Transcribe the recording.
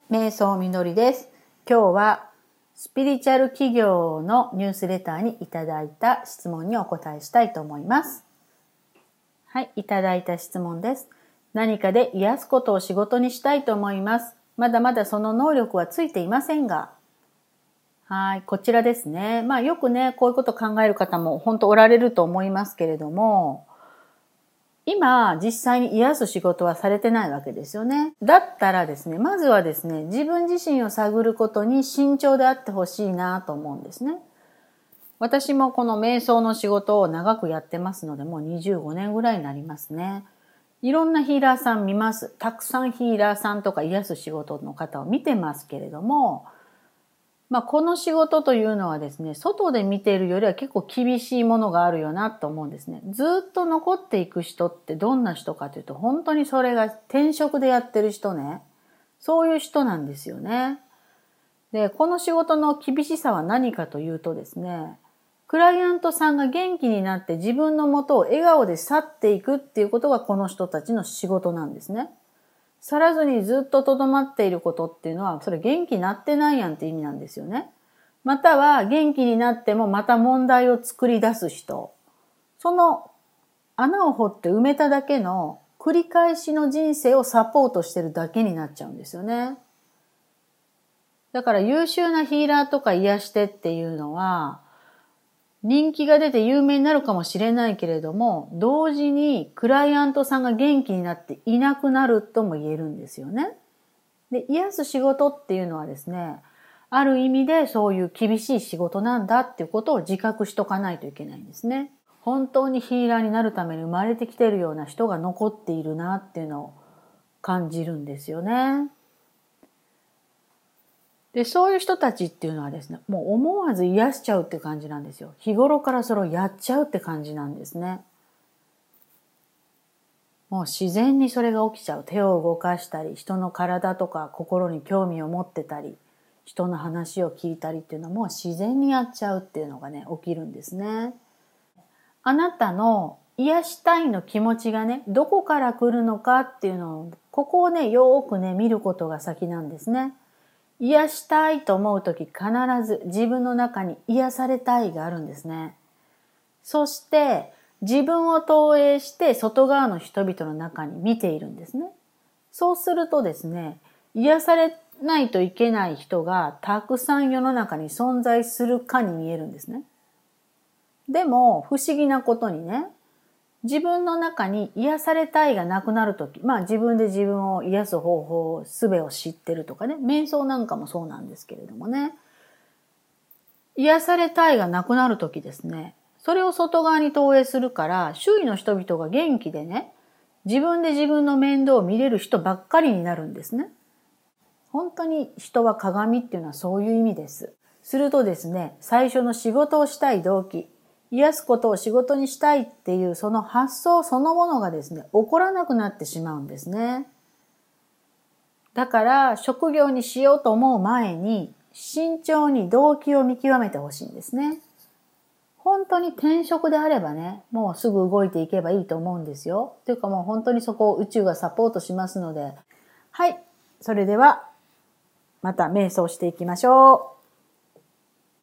瞑想みのりです。今日はスピリチュアル企業のニュースレターにいただいた質問にお答えしたいと思います。はい、いただいた質問です。何かで癒すことを仕事にしたいと思います。まだまだその能力はついていませんが。はい、こちらですね。よくね、こういうことを考える方も本当おられると思いますけれども、今実際に癒す仕事はされてないわけですよね。だったらですね、まずはですね、自分自身を探ることに慎重であってほしいなと思うんですね。私もこの瞑想の仕事を長くやってますので、もう25年ぐらいになりますね。いろんなヒーラーさん見ます。たくさんヒーラーさんとか癒す仕事の方を見てますけれども、この仕事というのはですね、外で見ているよりは結構厳しいものがあるよなと思うんですね。ずっと残っていく人ってどんな人かというと、本当にそれが転職でやってる人ね。そういう人なんですよね。で、この仕事の厳しさは何かというとですね、クライアントさんが元気になって自分の元を笑顔で去っていくっていうことがこの人たちの仕事なんですね。去らずにずっと留まっていることっていうのは、それ元気になってないやんって意味なんですよね。または元気になってもまた問題を作り出す人。その穴を掘って埋めただけの繰り返しの人生をサポートしてるだけになっちゃうんですよね。だから優秀なヒーラーとか癒してっていうのは、人気が出て有名になるかもしれないけれども、同時にクライアントさんが元気になっていなくなるとも言えるんですよね。で、癒す仕事っていうのはですね、ある意味でそういう厳しい仕事なんだっていうことを自覚しとかないといけないんですね。本当にヒーラーになるために生まれてきているような人が残っているなっていうのを感じるんですよね。で、そういう人たちっていうのはですね、もう思わず癒しちゃうって感じなんですよ。日頃からそれをやっちゃうって感じなんですね。もう自然にそれが起きちゃう。手を動かしたり、人の体とか心に興味を持ってたり、人の話を聞いたりっていうのはもう自然にやっちゃうっていうのがね、起きるんですね。あなたの癒したいの気持ちがね、どこから来るのかっていうのを、ここをね、よーくね、見ることが先なんですね。癒したいと思うとき必ず自分の中に癒されたいがあるんですね。そして自分を投影して外側の人々の中に見ているんですね。そうするとですね、癒されないといけない人がたくさん世の中に存在するかに見えるんですね。でも不思議なことにね、自分の中に癒されたいがなくなるとき、自分で自分を癒す方法、術を知ってるとかね、瞑想なんかもそうなんですけれどもね、癒されたいがなくなるときですね、それを外側に投影するから、周囲の人々が元気でね、自分で自分の面倒を見れる人ばっかりになるんですね。本当に人は鏡っていうのはそういう意味です。するとですね、最初の仕事をしたい動機、癒すことを仕事にしたいっていうその発想そのものがですね、起こらなくなってしまうんですね。だから職業にしようと思う前に慎重に動機を見極めてほしいんですね。本当に転職であればね、もうすぐ動いていけばいいと思うんですよ。というかもう本当にそこを宇宙がサポートしますので。はい。それではまた瞑想していきましょう。